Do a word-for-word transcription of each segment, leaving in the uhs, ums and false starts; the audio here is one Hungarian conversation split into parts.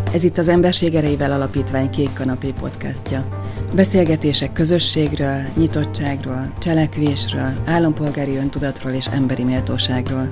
Ez itt az Emberség Erejével Alapítvány Kék Kanapé podcastja. Beszélgetések közösségről, nyitottságról, cselekvésről, állampolgári öntudatról és emberi méltóságról.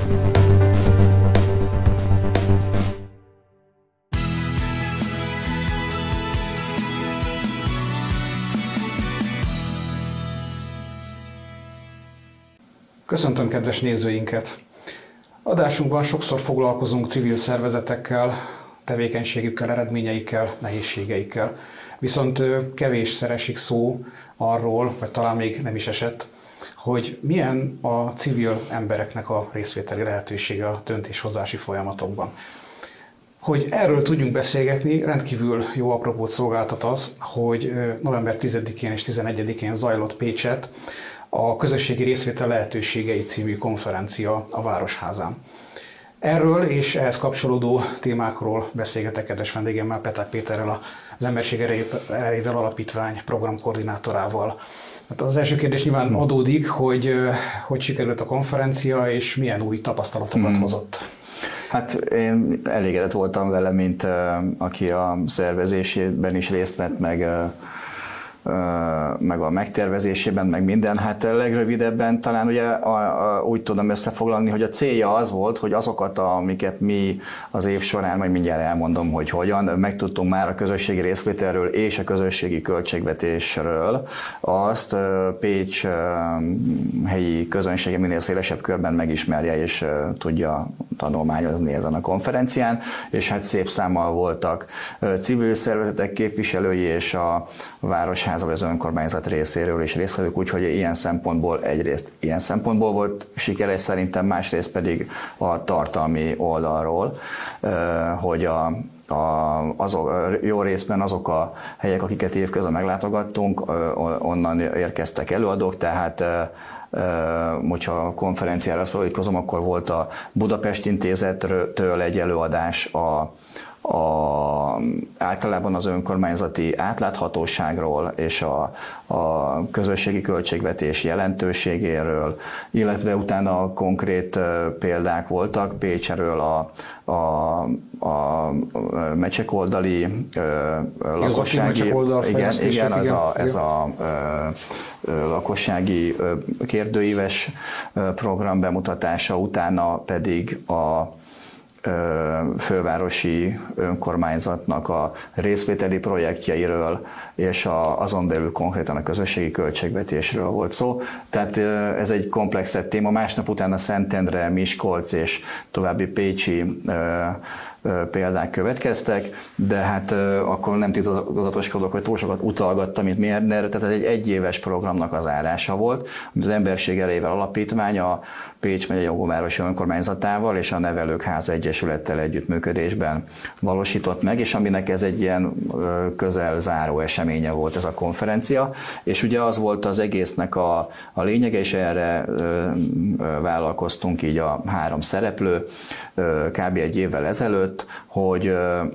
Köszöntöm kedves nézőinket! Adásunkban sokszor foglalkozunk civil szervezetekkel, tevékenységükkel, eredményeikkel, nehézségeikkel. Viszont kevésszer esik szó arról, vagy talán még nem is esett, hogy milyen a civil embereknek a részvételi lehetősége a döntéshozási folyamatokban. Hogy erről tudjunk beszélgetni, rendkívül jó apropót szolgáltat az, hogy november tizedikén és tizenegyedikén zajlott Pécsett a Közösségi Részvétel Lehetőségei című konferencia a Városházán. Erről és ehhez kapcsolódó témákról beszélgetek kedves vendégemmel, Peták Péterrel, az Emberség Erejével Alapítvány programkoordinátorával. Hát az első kérdés nyilván adódik, hogy hogy sikerült a konferencia, és milyen új tapasztalatokat hmm. hozott. Hát én elégedett voltam vele, mint aki a szervezésében is részt vett, meg meg a megtervezésében, meg minden. Hát legrövidebben talán ugye a, a, úgy tudom összefoglalni, hogy a célja az volt, hogy azokat, amiket mi az év során, majd mindjárt elmondom, hogy hogyan, megtudtunk már a közösségi részvételről és a közösségi költségvetésről, azt Pécs helyi közönsége minél szélesebb körben megismerje és tudja tanulmányozni ezen a konferencián, és hát szép számmal voltak civil szervezetek képviselői és a Városháza vagy az önkormányzat részéről is résztvevők, úgyhogy ilyen szempontból egyrészt ilyen szempontból volt sikeres szerintem, másrészt pedig a tartalmi oldalról, hogy a A, azok, jó részben azok a helyek, akiket évközben meglátogattunk, onnan érkeztek előadók, tehát hogyha a konferenciára szólítkozom, akkor volt a Budapest Intézettől egy előadás, a A, általában az önkormányzati átláthatóságról és a, a közösségi költségvetés jelentőségéről, illetve utána konkrét példák voltak Pécsről a, a, a mecsekoldali lakossági, igen, igen, az a, ez a, a lakossági kérdőíves program bemutatása, utána pedig a fővárosi önkormányzatnak a részvételi projektjeiről, és a, azon belül konkrétan a közösségi költségvetésről volt szó. Tehát ez egy komplexebb téma. Másnap utána Szentendre, Miskolc és további pécsi példák következtek, de hát akkor nem titokzatoskodok, hogy túl sokat utalgattam itt miért, tehát ez egy egyéves programnak az zárása volt, amit az Emberség Erejével Alapítvány a Pécs megyei jogóvárosi önkormányzatával és a Nevelők Háza Egyesülettel együttműködésben valósított meg, és aminek ez egy ilyen közel záró eseménye volt ez a konferencia, és ugye az volt az egésznek a, a lényege, és erre ö, ö, vállalkoztunk így a három szereplő kb. Egy évvel ezelőtt, hogy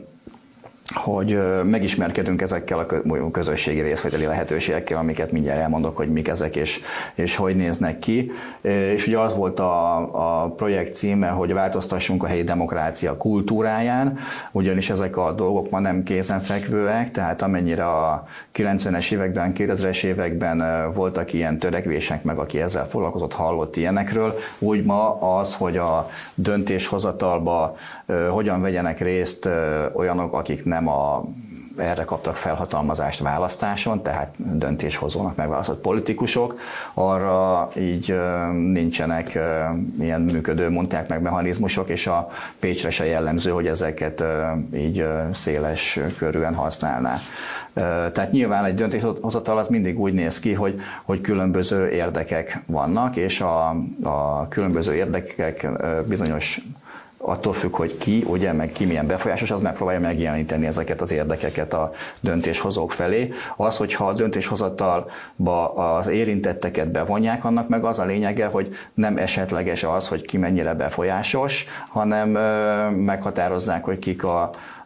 hogy megismerkedünk ezekkel a közösségi részvételi lehetőségekkel, amiket mindjárt elmondok, hogy mik ezek és, és hogy néznek ki. És ugye az volt a, a projekt címe, hogy változtassunk a helyi demokrácia kultúráján, ugyanis ezek a dolgok ma nem kézenfekvőek, tehát amennyire a kilencvenes években, kétezres években voltak ilyen törekvések, meg aki ezzel foglalkozott, hallott ilyenekről, úgy ma az, hogy a döntéshozatalba hogyan vegyenek részt olyanok, akik nem a, erre kaptak felhatalmazást választáson, tehát döntéshozónak megválasztott politikusok, arra így nincsenek ilyen működő mondták meg mechanizmusok, és a Pécsre se jellemző, hogy ezeket így széles körűen használná. Tehát nyilván egy döntéshozatal az mindig úgy néz ki, hogy, hogy különböző érdekek vannak, és a, a különböző érdekek bizonyos attól függ, hogy ki, ugye, meg ki milyen befolyásos, az megpróbálja megjeleníteni ezeket az érdekeket a döntéshozók felé. Az, hogyha a döntéshozatalba az érintetteket bevonják, annak meg az a lényege, hogy nem esetleges az, hogy ki mennyire befolyásos, hanem meghatározzák, hogy kik a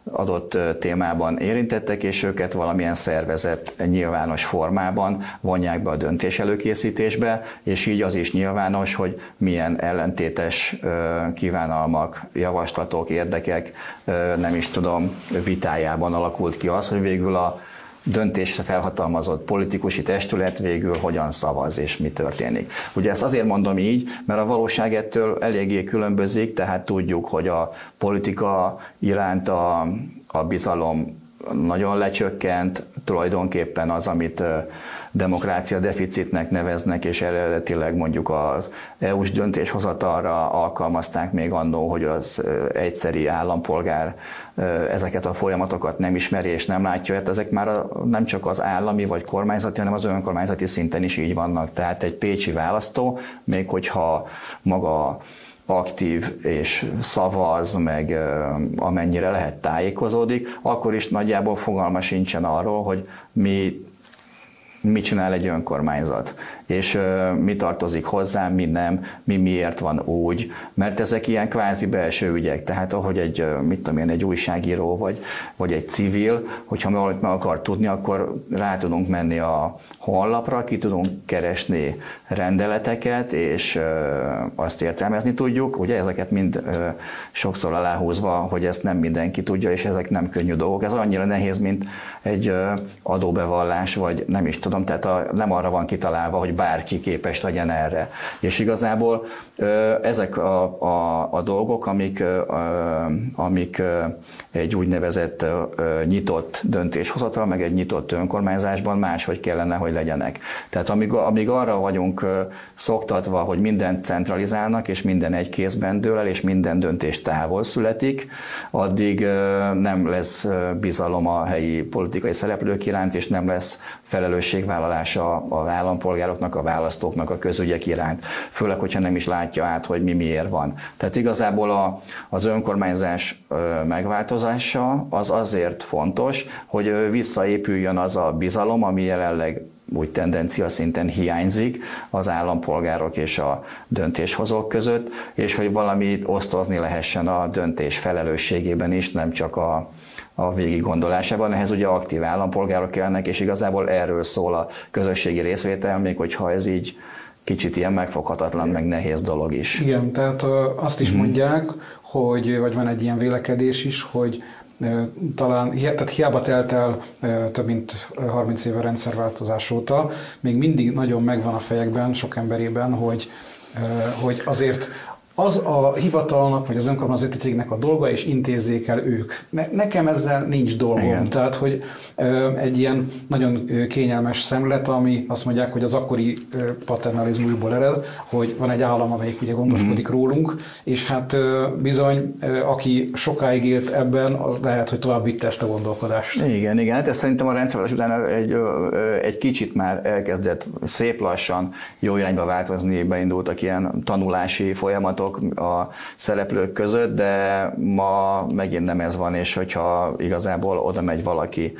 adott témában érintettek, és őket valamilyen szervezet nyilvános formában vonják be a döntés előkészítésbe, és így az is nyilvános, hogy milyen ellentétes kívánalmak, javaslatok, érdekek, nem is tudom, vitájában alakult ki az, hogy végül a döntésre felhatalmazott politikusi testület végül hogyan szavaz és mi történik. Ugye ezt azért mondom így, mert a valóság ettől eléggé különbözik, tehát tudjuk, hogy a politika iránt a, a bizalom nagyon lecsökkent, tulajdonképpen az, amit demokrácia deficitnek neveznek, és eredetileg mondjuk az é u-s döntéshozatalra alkalmazták még annó, hogy az egyszeri állampolgár ezeket a folyamatokat nem ismeri és nem látja. Hát ezek már nem csak az állami vagy kormányzati, hanem az önkormányzati szinten is így vannak. Tehát egy pécsi választó, még hogyha maga aktív és szavaz, meg amennyire lehet tájékozódik, akkor is nagyjából fogalma sincsen arról, hogy mi mit csinál egy önkormányzat, és uh, mi tartozik hozzá, mi nem, mi miért van úgy, mert ezek ilyen kvázi belső ügyek, tehát ahogy egy, uh, mit tudom én, egy újságíró vagy, vagy egy civil, hogyha valamit meg akar tudni, akkor rá tudunk menni a honlapra, ki tudunk keresni rendeleteket, és uh, azt értelmezni tudjuk, ugye ezeket mind uh, sokszor aláhúzva, hogy ezt nem mindenki tudja, és ezek nem könnyű dolgok. Ez annyira nehéz, mint egy uh, adóbevallás, vagy nem is tudom, tehát a, nem arra van kitalálva, hogy bárki képes legyen erre. És igazából uh, ezek a, a, a dolgok, amik, uh, amik uh, egy úgynevezett uh, nyitott döntéshozatal, meg egy nyitott önkormányzásban máshogy kellene, hogy legyenek. Tehát amíg, amíg arra vagyunk uh, szoktatva, hogy mindent centralizálnak, és minden egy kézben dől el, és minden döntés távol születik, addig uh, nem lesz uh, bizalom a helyi politikai szereplők iránt, és nem lesz felelősségvállalása az állampolgároknak, a választóknak a közügyek iránt. Főleg, hogyha nem is látja át, hogy mi miért van. Tehát igazából a, az önkormányzás uh, megváltozása az azért fontos, hogy visszaépüljön az a bizalom, ami jelenleg úgy tendencia szinten hiányzik az állampolgárok és a döntéshozók között, és hogy valamit osztozni lehessen a döntés felelősségében is, nem csak a, a végig gondolásában. Ehhez ugye aktív állampolgárok kellnek, és igazából erről szól a közösségi részvétel, még hogyha ez így kicsit ilyen megfoghatatlan, meg nehéz dolog is. Igen, tehát azt is mondják, hogy, vagy van egy ilyen vélekedés is, hogy talán, tehát hiába telt el több mint harminc éve rendszerváltozás óta, még mindig nagyon megvan a fejekben, sok emberében, hogy, hogy azért az a hivatalnak, vagy az önkormányzati cégnek a dolga, és intézzék el ők. Ne, nekem ezzel nincs dolgom. Igen. Tehát, hogy ö, egy ilyen nagyon kényelmes szemlet, ami azt mondják, hogy az akkori ö, paternalizmusból ered, hogy van egy állam, amelyik ugye gondoskodik mm-hmm. rólunk, és hát ö, bizony, ö, aki sokáig élt ebben, az lehet, hogy tovább vitte ezt a gondolkodást. Igen, igen. Hát ez szerintem a rendszerváltás után egy, egy kicsit már elkezdett szép lassan jó irányba változni, beindultak ilyen tanulási folyamatok a szereplők között, de ma megint nem ez van, és hogyha igazából oda megy valaki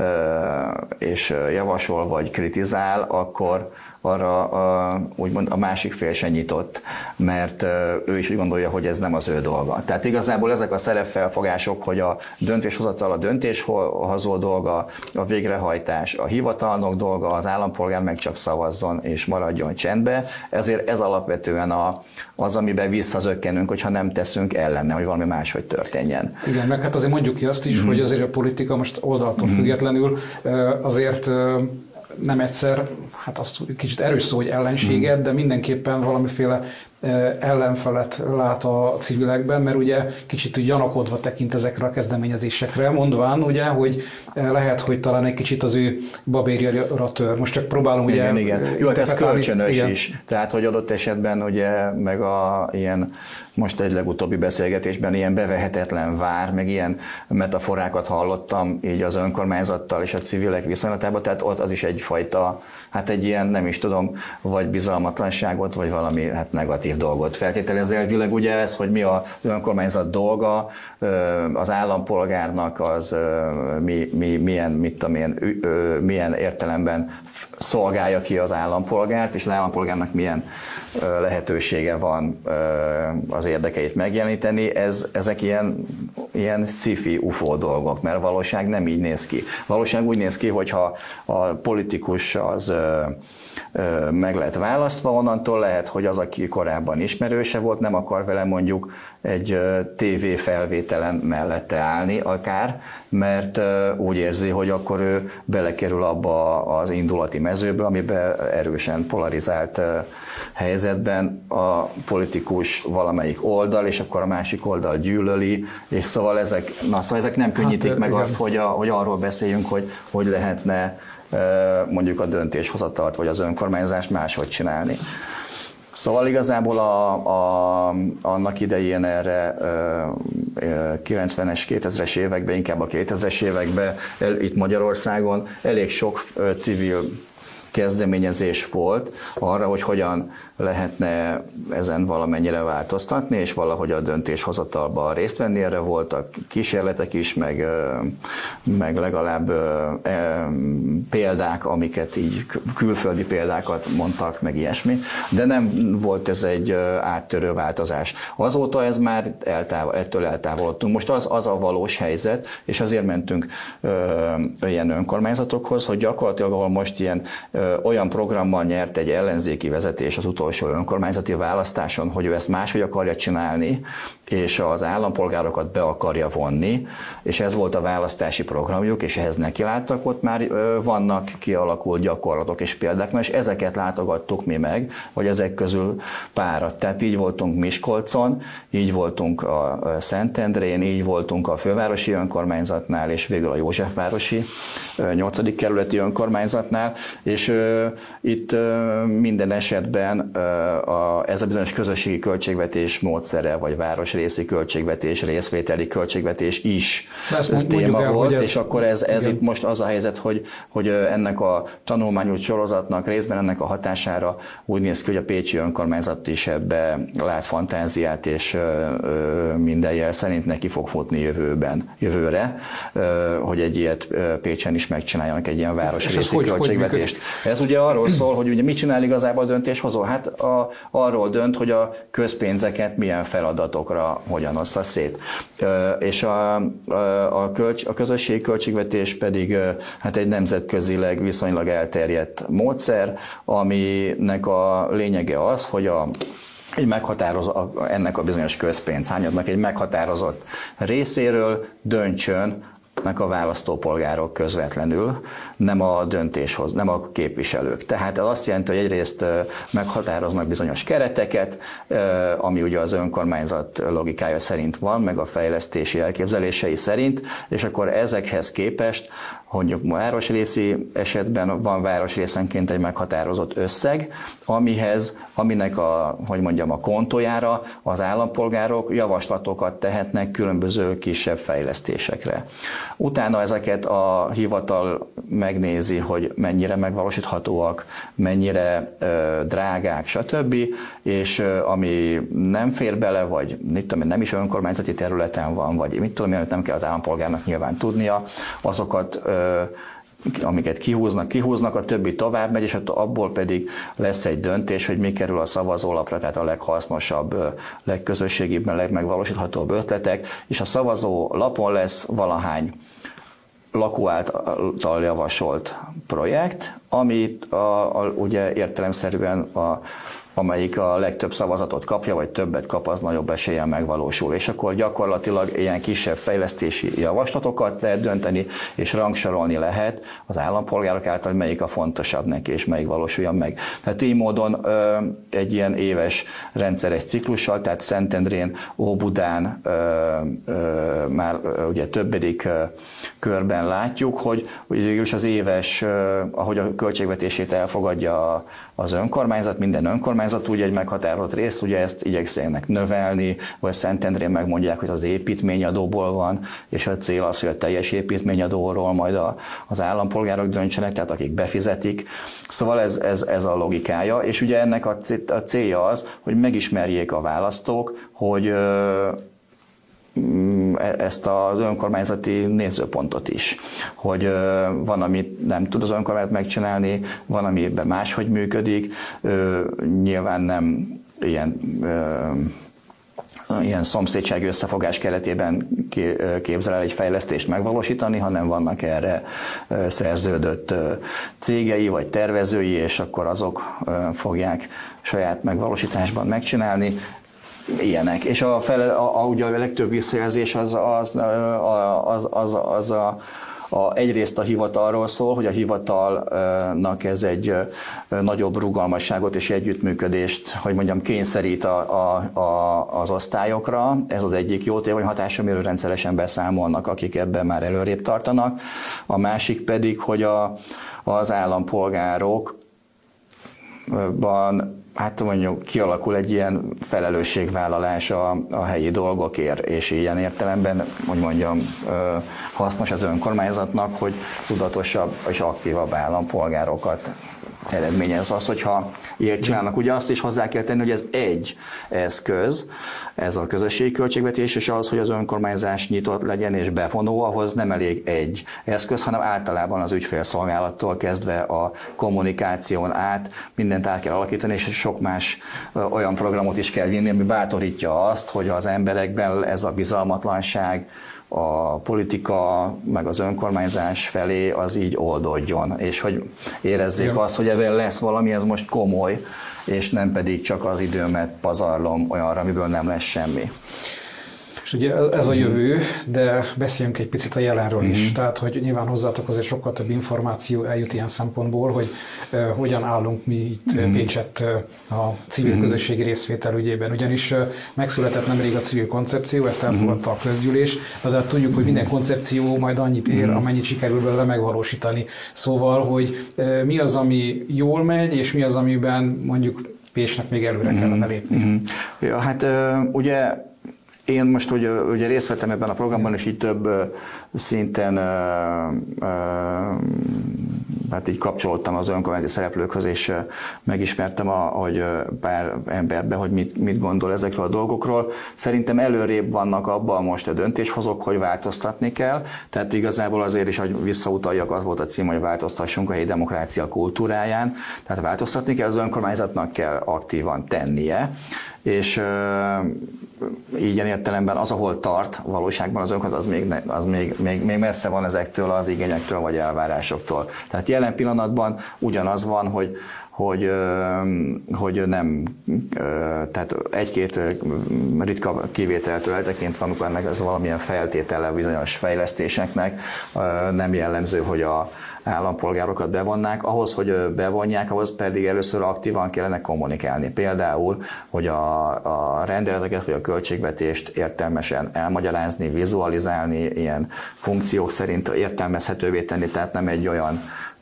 és javasol vagy kritizál, akkor arra a, úgymond a másik fél se nyitott, mert ő is úgy gondolja, hogy ez nem az ő dolga. Tehát igazából ezek a szerepfelfogások, hogy a döntéshozatal a döntéshozó dolga, a végrehajtás, a hivatalnok dolga, az állampolgár meg csak szavazzon és maradjon csendbe, ezért ez alapvetően a, az, amiben visszazökkenünk, hogyha nem teszünk ellene, hogy valami máshogy történjen. Igen, meg hát azért mondjuk ki azt is, mm. hogy azért a politika most oldaltól mm. függetlenül azért nem egyszer, hát azt kicsit erős szó, hogy ellenséget, mm. de mindenképpen valamiféle ellenfelet lát a civilekben, mert ugye kicsit gyanakodva tekint ezekre a kezdeményezésekre, mondván ugye, hogy lehet, hogy talán egy kicsit az ő babérjára tör. Most csak próbálom igen, ugye... Igen, jó, hát ez kölcsönös igen. is. Tehát, hogy adott esetben ugye meg a ilyen most egy legutóbbi beszélgetésben ilyen bevehetetlen vár, meg ilyen metaforákat hallottam így az önkormányzattal és a civilek viszonylatában, tehát ott az is egyfajta, hát egy ilyen, nem is tudom, vagy bizalmatlanságot, vagy valami hát negatív dolgot feltételez. Elvileg ugye ez, hogy mi az önkormányzat dolga, az állampolgárnak az mi, mi, milyen, mit tudom én, milyen értelemben szolgálja ki az állampolgárt, és az állampolgárnak milyen lehetősége van az érdekeit megjeleníteni. Ez, ezek ilyen ilyen sci-fi ufó dolgok, mert valóság nem így néz ki. Valóság úgy néz ki, hogyha a politikus az meg lett választva, onnantól lehet, hogy az, aki korábban ismerőse volt, nem akar vele mondjuk egy tévé felvételen mellette állni akár, mert úgy érzi, hogy akkor ő belekerül abba az indulati mezőbe, amiben erősen polarizált helyzetben a politikus valamelyik oldal, és akkor a másik oldal gyűlöli, és szóval ezek, na, szóval ezek nem könnyítik hát, meg igen. azt, hogy, a, hogy arról beszéljünk, hogy hogy lehetne mondjuk a döntéshozatalt vagy az önkormányzást máshogy csinálni. Szóval igazából a, a, annak idején erre kilencvenes, kétezres években, inkább a kétezres években el, itt Magyarországon elég sok civil kezdeményezés volt arra, hogy hogyan lehetne ezen valamennyire változtatni, és valahogy a döntéshozatalban részt venni. Erre voltak kísérletek is, meg, meg legalább példák, amiket így külföldi példákat mondtak, meg ilyesmi, de nem volt ez egy áttörő változás. Azóta ez már eltávol, ettől eltávolodtunk. Most az, az a valós helyzet, és azért mentünk ö, ilyen önkormányzatokhoz, hogy gyakorlatilag ahol most ilyen ö, olyan programmal nyert egy ellenzéki vezetés az utolsó önkormányzati választáson, hogy ő ezt máshogy akarja csinálni, és az állampolgárokat be akarja vonni, és ez volt a választási programjuk, és ehhez nekiláttak, ott már vannak kialakult gyakorlatok és példák, és ezeket látogattuk mi meg, vagy ezek közül párat. Tehát így voltunk Miskolcon, így voltunk a Szentendrén, így voltunk a fővárosi önkormányzatnál, és végül a Józsefvárosi nyolcadik kerületi önkormányzatnál, és itt minden esetben a, ez a bizonyos közösségi költségvetés módszere, vagy városrészi költségvetés, részvételi költségvetés is téma el, volt, ez, és akkor ez, ez itt most az a helyzet, hogy, hogy ennek a tanulmányos sorozatnak részben ennek a hatására úgy néz ki, hogy a pécsi önkormányzat is ebbe lát fantáziát, és minden jel szerint neki fog futni jövőben, jövőre, hogy egy ilyet Pécsen is megcsináljanak, egy ilyen városrészi költségvetést. Hogy ez ugye arról szól, hogy ugye mit csinál igazából a döntéshozó? Hát a, arról dönt, hogy a közpénzeket milyen feladatokra hogyan ossza szét. És a, a, a, kölcs, a közösségi költségvetés pedig hát egy nemzetközileg viszonylag elterjedt módszer, aminek a lényege az, hogy a egy meghatározott, ennek a bizonyos közpénz hányadnak egy meghatározott részéről döntsön a választópolgárok közvetlenül, nem a döntéshoz, nem a képviselők. Tehát ez azt jelenti, hogy egyrészt meghatároznak bizonyos kereteket, ami ugye az önkormányzat logikája szerint van, meg a fejlesztési elképzelései szerint, és akkor ezekhez képest, mondjuk városrészi esetben van városrészenként egy meghatározott összeg, amihez, aminek a, hogy mondjam, a kontójára az állampolgárok javaslatokat tehetnek különböző kisebb fejlesztésekre. Utána ezeket a hivatal megnézi, hogy mennyire megvalósíthatóak, mennyire ö, drágák, stb. És ö, ami nem fér bele, vagy mit tudom, nem is önkormányzati területen van, vagy mit tudom, nem kell az állampolgárnak nyilván tudnia, azokat ö, amiket kihúznak, kihúznak, a többi tovább megy, és abból pedig lesz egy döntés, hogy mi kerül a szavazólapra, tehát a leghasznosabb, legközösségibb, legmegvalósíthatóbb ötletek, és a szavazólapon lesz valahány lakó által javasolt projekt, amit a, a, ugye értelemszerűen a amelyik a legtöbb szavazatot kapja, vagy többet kap, az nagyobb eséllyel megvalósul. És akkor gyakorlatilag ilyen kisebb fejlesztési javaslatokat lehet dönteni, és rangsorolni lehet az állampolgárok által, hogy melyik a fontosabb neki, és melyik valósuljon meg. Tehát így módon ö, egy ilyen éves rendszeres ciklussal, tehát Szentendrén, Óbudán ö, ö, már ö, ugye többedik ö, körben látjuk, hogy végülis az éves, ö, ahogy a költségvetését elfogadja az önkormányzat, minden önkormányzat úgy egy meghatározott rész, ugye ezt igyekszenek növelni, vagy Szentendrén megmondják, hogy az építményadóból van, és a cél az, hogy a teljes építményadóról majd a, az állampolgárok döntsenek, tehát akik befizetik. Szóval ez, ez, ez a logikája, és ugye ennek a célja az, hogy megismerjék a választók, hogy ezt az önkormányzati nézőpontot is, hogy van, amit nem tud az önkormányzat megcsinálni, van, amiben máshogy működik, nyilván nem ilyen ilyen szomszédsági összefogás keretében képzel el egy fejlesztést megvalósítani, hanem vannak erre szerződött cégei vagy tervezői, és akkor azok fogják saját megvalósításban megcsinálni. Ilyenek. És a, fele, a, a, ugye a legtöbb visszajelzés az, az, az, az, az a A, egyrészt a hivatalról szól, hogy a hivatalnak ez egy nagyobb rugalmasságot és együttműködést, hogy mondjam, kényszerít a, a, a, az osztályokra. Ez az egyik jótékony hatás, amiről rendszeresen beszámolnak, akik ebben már előrébb tartanak. A másik pedig, hogy a, az állampolgárokban hát mondjuk kialakul egy ilyen felelősségvállalás a, a helyi dolgokért, és ilyen értelemben, hogy mondjam, hasznos az önkormányzatnak, hogy tudatosabb és aktívabb állampolgárokat eredményez az, hogyha ilyet csinálnak. Ugye azt is hozzá kell tenni, hogy ez egy eszköz, ez a közösségi költségvetés, és az, hogy az önkormányzás nyitott legyen és bevonó, ahhoz nem elég egy eszköz, hanem általában az ügyfélszolgálattól kezdve a kommunikáción át mindent át kell alakítani, és sok más olyan programot is kell vinni, ami bátorítja azt, hogy az emberekben ez a bizalmatlanság, a politika, meg az önkormányzás felé az így oldódjon, és hogy érezzék azt, hogy ebben lesz valami, ez most komoly, és nem pedig csak az időmet pazarlom olyanra, amiből nem lesz semmi. És ugye ez a jövő, de beszéljünk egy picit a jelenről is. Mm-hmm. Tehát, hogy nyilván hozzátok azért sokkal több információ eljut ilyen szempontból, hogy uh, hogyan állunk mi itt mm-hmm. Pécsett uh, a civil mm-hmm. közösségi részvétel ügyében. Ugyanis uh, megszületett nemrég a civil koncepció, ezt elfogadta a közgyűlés, de hát tudjuk, hogy minden koncepció majd annyit ér, mm-hmm. amennyit sikerül belőle megvalósítani. Szóval, hogy uh, mi az, ami jól megy, és mi az, amiben mondjuk Pécsnek még előre mm-hmm. kellene lépni. Mm-hmm. Ja, hát uh, ugye én most ugye, ugye részt vettem ebben a programban, és így több szinten uh, uh, hát így kapcsolódtam az önkormányzati szereplőkhöz, és uh, megismertem, a, hogy uh, pár emberbe, hogy mit, mit gondol ezekről a dolgokról. Szerintem előrébb vannak abban most a döntéshozók, hogy változtatni kell. Tehát igazából azért is, hogy visszautaljak, az volt a cím, hogy változtassunk a helyi demokrácia kultúráján. Tehát változtatni kell, az önkormányzatnak kell aktívan tennie. És uh, így ilyen értelemben az, ahol tart valóságban az önkormányzat, az, még, az még, még, még messze van ezektől az igényektől vagy elvárásoktól. Tehát jelen pillanatban ugyanaz van, hogy hogy, hogy nem, tehát egy-két ritka kivételtől eltekintve, amikor ennek ez valamilyen feltétele bizonyos fejlesztéseknek, nem jellemző, hogy a állampolgárokat bevonnák. Ahhoz, hogy bevonják, ahhoz pedig először aktívan kellene kommunikálni. Például, hogy a, a rendeleteket vagy a költségvetést értelmesen elmagyarázni, vizualizálni, ilyen funkciók szerint értelmezhetővé tenni, tehát nem egy olyan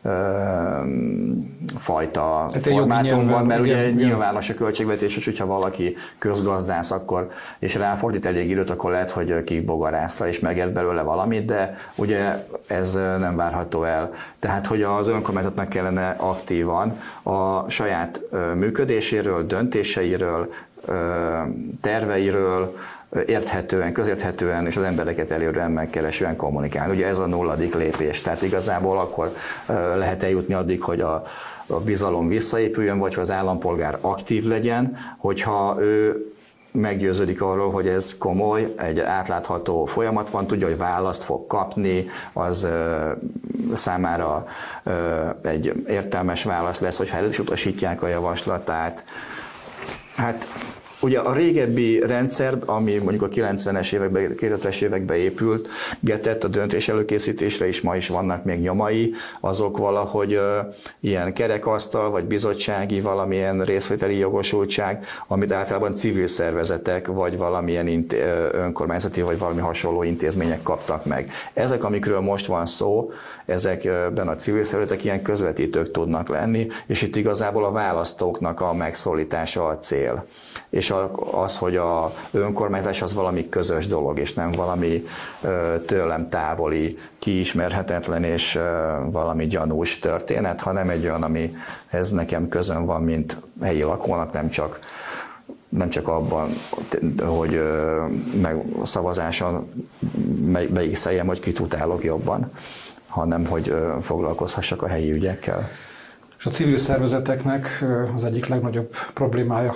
fajta hát formátumban, mert ugye nyilvános a költségvetés, és hogyha valaki közgazdász akkor, és ráfordít elég időt, akkor lehet, hogy kibogarásza és megért belőle valamit, de ugye ez nem várható el. Tehát, hogy az önkormányzatnak kellene aktívan a saját működéséről, döntéseiről, terveiről, érthetően, közérthetően és az embereket elérően megkeresően kommunikálni. Ugye ez a nulladik lépés. Tehát igazából akkor lehet eljutni addig, hogy a, a bizalom visszaépüljön, vagy hogy az állampolgár aktív legyen, hogyha ő meggyőződik arról, hogy ez komoly, egy átlátható folyamat van, tudja, hogy választ fog kapni, az számára egy értelmes válasz lesz, hogyha el is utasítják a javaslatát. Hát ugye a régebbi rendszer, ami mondjuk a kilencvenes években, kétezres években épült, getett a döntés előkészítésre is, ma is vannak még nyomai, azok valahogy uh, ilyen kerekasztal, vagy bizottsági valamilyen részvételi jogosultság, amit általában civil szervezetek, vagy valamilyen int- önkormányzati, vagy valami hasonló intézmények kaptak meg. Ezek, amikről most van szó, ezekben a civil szervezetek ilyen közvetítők tudnak lenni, és itt igazából a választóknak a megszólítása a cél. És az, hogy az önkormányzás az valami közös dolog, és nem valami tőlem távoli, kiismerhetetlen és valami gyanús történet, hanem egy olyan, ami ez nekem közön van, mint helyi lakónak, nem csak, nem csak abban, hogy meg a szavazáson beigszeljem, hogy kit utálok jobban, hanem hogy foglalkozhassak a helyi ügyekkel. És a civil szervezeteknek az egyik legnagyobb problémája, ha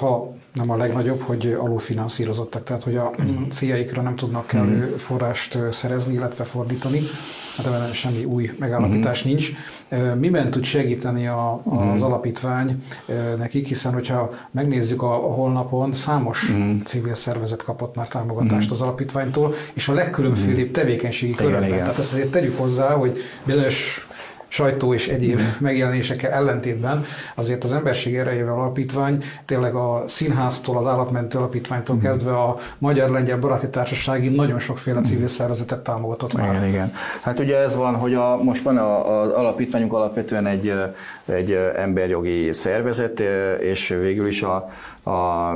nem a legnagyobb, hogy alulfinanszírozottak, tehát hogy a céljaikra nem tudnak kellő forrást szerezni, illetve fordítani. Hát ebben semmi új megállapítás uh-huh. nincs. Miben tud segíteni a, az uh-huh. alapítvány nekik, hiszen hogyha megnézzük a, a honlapon, számos uh-huh. civil szervezet kapott már támogatást uh-huh. az alapítványtól, és a legkülönfélébb uh-huh. tevékenységi körökben. Tehát ezt azért tegyük hozzá, hogy bizonyos sajtó és egyéb megjelenésekkel ellentétben azért az Emberség Erejével Alapítvány tényleg a színháztól, az állatmentő alapítványtól mm. kezdve a Magyar-Lengyel Baráti Társaságig nagyon sokféle civil szervezetet támogatott már. Igen, igen. Hát ugye ez van, hogy a, most van az alapítványunk alapvetően egy, egy emberjogi szervezet, és végül is a a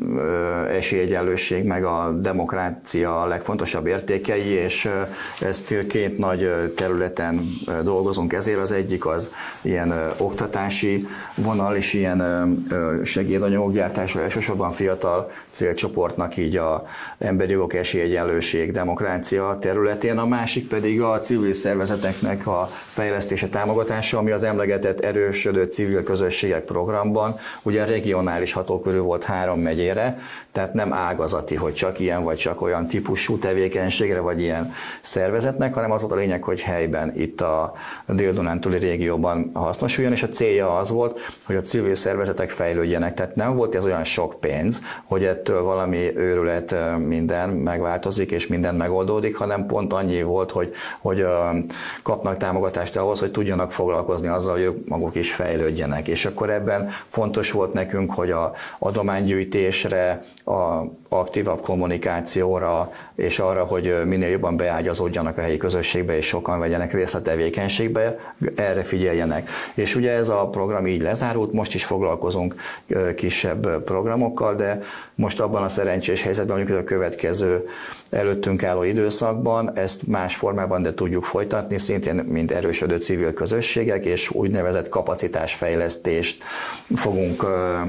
esélyegyenlőség meg a demokrácia a legfontosabb értékei, és ezt két nagy területen dolgozunk ezért. Az egyik az ilyen oktatási vonal, és ilyen segédanyagok gyártása elsősorban fiatal célcsoportnak, így a emberi jogok, esélyegyenlőség, demokrácia területén. A másik pedig a civil szervezeteknek a fejlesztése, támogatása, ami az emlegetett erősödő civil közösségek programban, ugye regionális hatókörű volt három megyére, tehát nem ágazati, hogy csak ilyen vagy csak olyan típusú tevékenységre vagy ilyen szervezetnek, hanem az volt a lényeg, hogy helyben itt a Dél-Dunántúli régióban hasznosuljon, és a célja az volt, hogy a civil szervezetek fejlődjenek. Tehát nem volt ez olyan sok pénz, hogy ettől valami őrület minden megváltozik és minden megoldódik, hanem pont annyi volt, hogy, hogy kapnak támogatást ahhoz, hogy tudjanak foglalkozni azzal, hogy ők maguk is fejlődjenek. És akkor ebben fontos volt nekünk, hogy a adománygyűjtésre, a aktívabb kommunikációra, és arra, hogy minél jobban beágyazódjanak a helyi közösségbe, és sokan vegyenek részt a tevékenységbe, erre figyeljenek. És ugye ez a program így lezárult, most is foglalkozunk kisebb programokkal, de most abban a szerencsés helyzetben, mondjuk a következő előttünk álló időszakban ezt más formában, de tudjuk folytatni, szintén mint erősödő civil közösségek, és úgynevezett kapacitásfejlesztést fogunk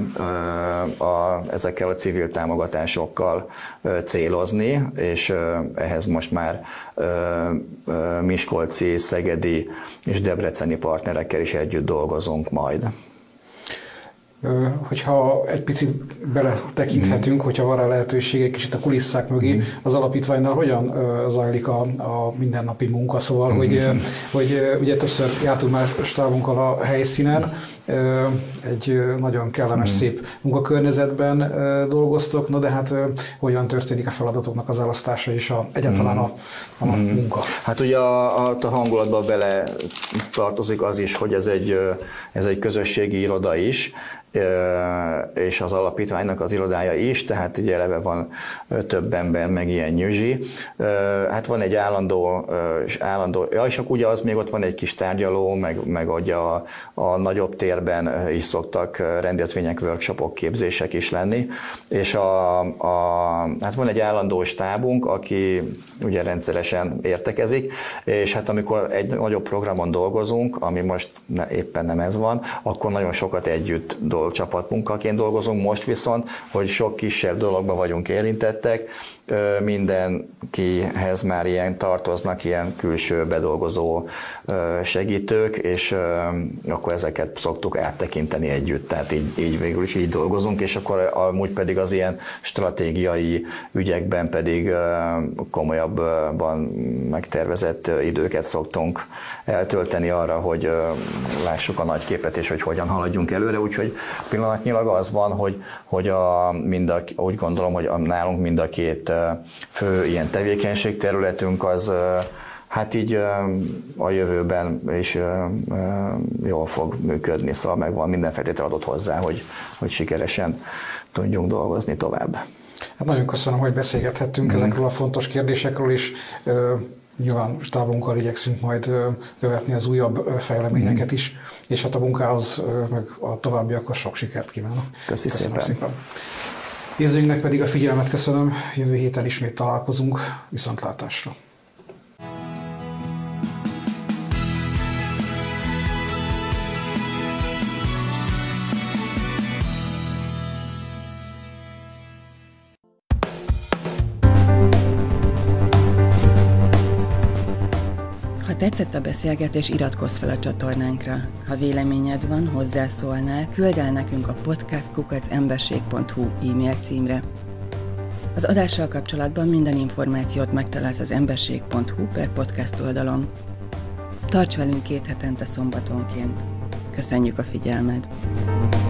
a, ezekkel a civil támogatásokkal célozni, és ehhez most már miskolci, szegedi és debreceni partnerekkel is együtt dolgozunk majd. Hogyha egy picit beletekinthetünk, mm. hogyha van rá lehetőség egy kicsit a kulisszák mögé, mm. az alapítványnál hogyan zajlik a, a mindennapi munka, szóval, mm. hogy, hogy ugye többször jártunk már stábunkkal a helyszínen, egy nagyon kellemes, mm. szép munkakörnyezetben dolgoztok, no de hát hogyan történik a feladatoknak az elosztása és a, egyáltalán a, a mm. munka? Hát ugye a, a, a hangulatban bele tartozik az is, hogy ez egy, ez egy közösségi iroda is, és az alapítványnak az irodája is, tehát ugye eleve van több ember, meg ilyen nyüzsi. Hát van egy állandó, állandó ja, és akkor ugye az még ott van egy kis tárgyaló, meg, meg ugye a, a nagyobb térben is szoktak rendezvények, workshopok, képzések is lenni, és a, a, hát van egy állandó stábunk, aki ugye rendszeresen értekezik, és hát amikor egy nagyobb programon dolgozunk, ami most ne, éppen nem ez van, akkor nagyon sokat együtt dolgozunk, csapatmunkaként dolgozunk, most viszont, hogy sok kisebb dologban vagyunk érintettek, mindenkihez már ilyen tartoznak ilyen külső bedolgozó segítők, és akkor ezeket szoktuk áttekinteni együtt, tehát így, így végül is így dolgozunk, és akkor amúgy pedig az ilyen stratégiai ügyekben pedig komolyabban megtervezett időket szoktunk eltölteni arra, hogy lássuk a nagy képet, és hogy hogyan haladjunk előre, úgyhogy pillanatnyilag az van, hogy, hogy a, mind a, úgy gondolom, hogy nálunk mind a két fő ilyen tevékenységterületünk az hát így a jövőben is jól fog működni, szóval megvan minden feltétel adott hozzá, hogy, hogy sikeresen tudjunk dolgozni tovább. Hát nagyon köszönöm, hogy beszélgethettünk mm. ezekről a fontos kérdésekről, és nyilván stábunkkal igyekszünk majd követni az újabb fejleményeket is, és hát a munkához, meg a továbbiakhoz sok sikert kívánok. Köszi szépen. szépen. Nézőinknek pedig a figyelmet köszönöm, jövő héten ismét találkozunk, viszontlátásra! tetszett a beszélgetés, iratkozz fel a csatornánkra. Ha véleményed van, hozzászólnál, küld el nekünk a podcast kukac emberség pont hu e-mail címre. Az adással kapcsolatban minden információt megtalálsz az emberség pont hu per podcast oldalon. Tarts velünk két hetente szombatonként. Köszönjük a figyelmed!